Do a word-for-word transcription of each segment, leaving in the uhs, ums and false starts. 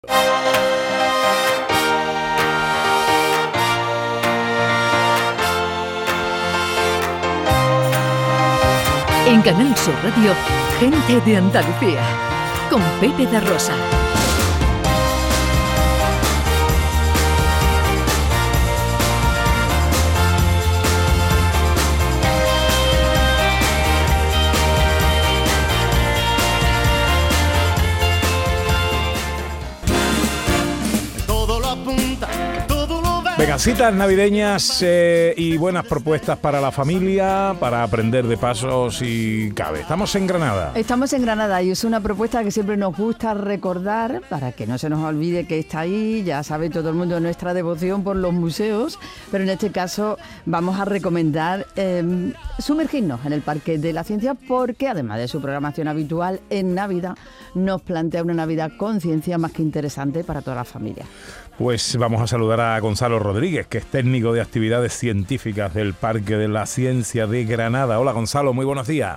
En Canal Sur Radio, Gente de Andalucía, con Pepe da Rosa. Venga, citas navideñas eh, y buenas propuestas para la familia, para aprender de paso si cabe. Estamos en Granada. Estamos en Granada y es una propuesta que siempre nos gusta recordar para que no se nos olvide que está ahí. Ya sabe todo el mundo nuestra devoción por los museos, pero en este caso vamos a recomendar eh, sumergirnos en el Parque de la Ciencia, porque además de su programación habitual en Navidad, nos plantea una Navidad con ciencia más que interesante para toda la familia. Pues vamos a saludar a Gonzalo Rodríguez, que es técnico de actividades científicas del Parque de la Ciencia de Granada. Hola Gonzalo, muy buenos días.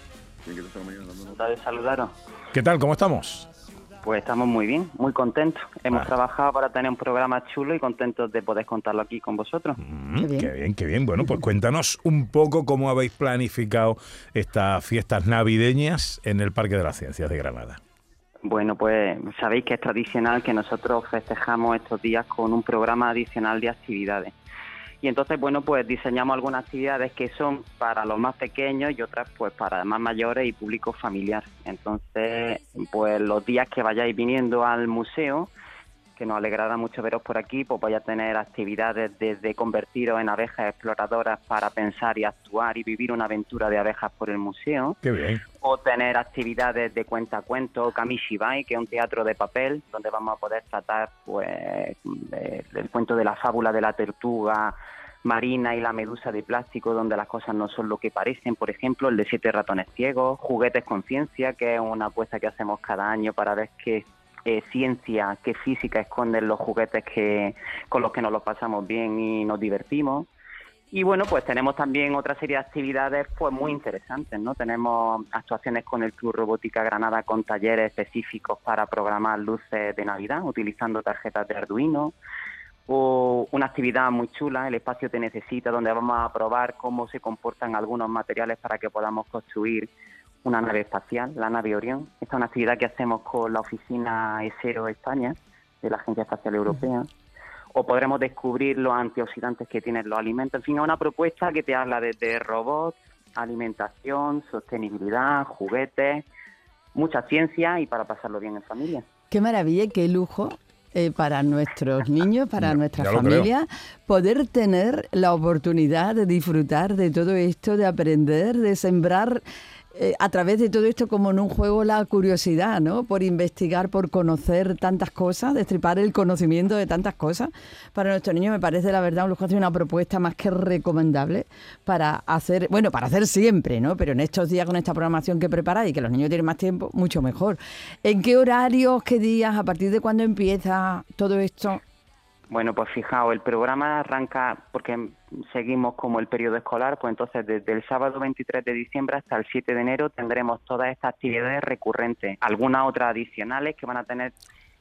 De saludaros. ¿Qué tal? ¿Cómo estamos? Pues estamos muy bien, muy contentos. Hemos ah. trabajado para tener un programa chulo y contentos de poder contarlo aquí con vosotros. Mm, qué, bien. qué bien, qué bien. Bueno, pues cuéntanos un poco cómo habéis planificado estas fiestas navideñas en el Parque de las Ciencias de Granada. Bueno, pues sabéis que es tradicional que nosotros festejamos estos días con un programa adicional de actividades. Y entonces, bueno, pues diseñamos algunas actividades que son para los más pequeños y otras pues para más mayores y público familiar. Entonces, pues los días que vayáis viniendo al museo, que nos alegrará mucho veros por aquí, pues vais a tener actividades desde convertiros en abejas exploradoras para pensar y actuar y vivir una aventura de abejas por el museo. ¡Qué bien! O tener actividades de cuentacuentos, Kamishibai, que es un teatro de papel, donde vamos a poder tratar pues de, del cuento de la fábula de la tortuga marina y la medusa de plástico, donde las cosas no son lo que parecen. Por ejemplo, el de siete ratones ciegos, juguetes con ciencia, que es una apuesta que hacemos cada año para ver qué eh, ciencia, qué física esconden los juguetes que con los que nos los pasamos bien y nos divertimos. Y bueno, pues tenemos también otra serie de actividades pues muy interesantes, ¿no? Tenemos actuaciones con el Club Robótica Granada con talleres específicos para programar luces de Navidad utilizando tarjetas de Arduino, o una actividad muy chula, el Espacio Te Necesita, donde vamos a probar cómo se comportan algunos materiales para que podamos construir una nave espacial, la nave Orión. Esta es una actividad que hacemos con la oficina ESERO España, de la Agencia Espacial Europea. O podremos descubrir los antioxidantes que tienen los alimentos. En fin, es una propuesta que te habla desde robots, alimentación, sostenibilidad, juguetes, mucha ciencia y para pasarlo bien en familia. Qué maravilla, qué lujo eh, para nuestros niños, para ya, nuestra ya familia, poder tener la oportunidad de disfrutar de todo esto, de aprender, de sembrar Eh, a través de todo esto como en un juego la curiosidad, ¿no? Por investigar, por conocer tantas cosas, destripar el conocimiento de tantas cosas. Para nuestros niños me parece la verdad un lujo, una propuesta más que recomendable para hacer, bueno, para hacer siempre, ¿no? Pero en estos días con esta programación que preparáis y que los niños tienen más tiempo, mucho mejor. ¿En qué horarios, qué días, a partir de cuándo empieza todo esto? Bueno, pues fijaos, el programa arranca porque seguimos como el periodo escolar, pues entonces desde el sábado veintitrés de diciembre hasta el siete de enero tendremos todas estas actividades recurrentes, algunas otras adicionales que van a tener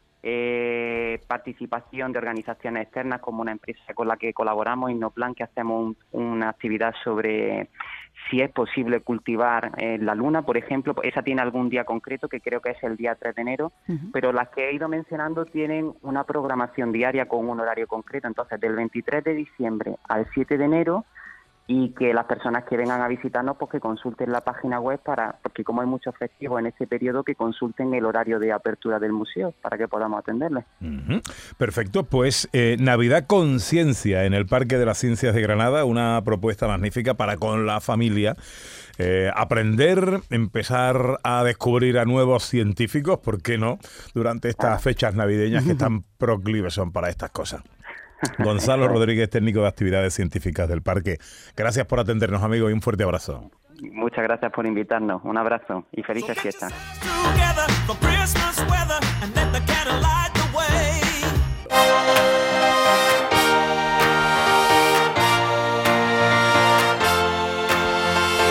eh, participación de organizaciones externas como una empresa con la que colaboramos, Innoplan, que hacemos un, una actividad sobre si es posible cultivar eh, la luna, por ejemplo. Esa tiene algún día concreto, que creo que es el día tres de enero, uh-huh. Pero las que he ido mencionando tienen una programación diaria con un horario concreto, entonces del veintitrés de diciembre al siete de enero, y que las personas que vengan a visitarnos pues que consulten la página web, para porque como hay muchos festivos en ese periodo, que consulten el horario de apertura del museo para que podamos atenderles. Uh-huh. Perfecto, pues eh, Navidad con Ciencia en el Parque de las Ciencias de Granada, una propuesta magnífica para con la familia. Eh, aprender, empezar a descubrir a nuevos científicos, ¿por qué no?, durante estas fechas navideñas que tan proclives son para estas cosas. Gonzalo Rodríguez, técnico de actividades científicas del parque. Gracias por atendernos, amigo, y un fuerte abrazo. Muchas gracias por invitarnos. Un abrazo y felices fiestas.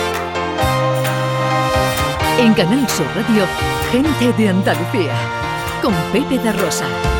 En Canal Sur Radio, Gente de Andalucía, con Pepe da Rosa.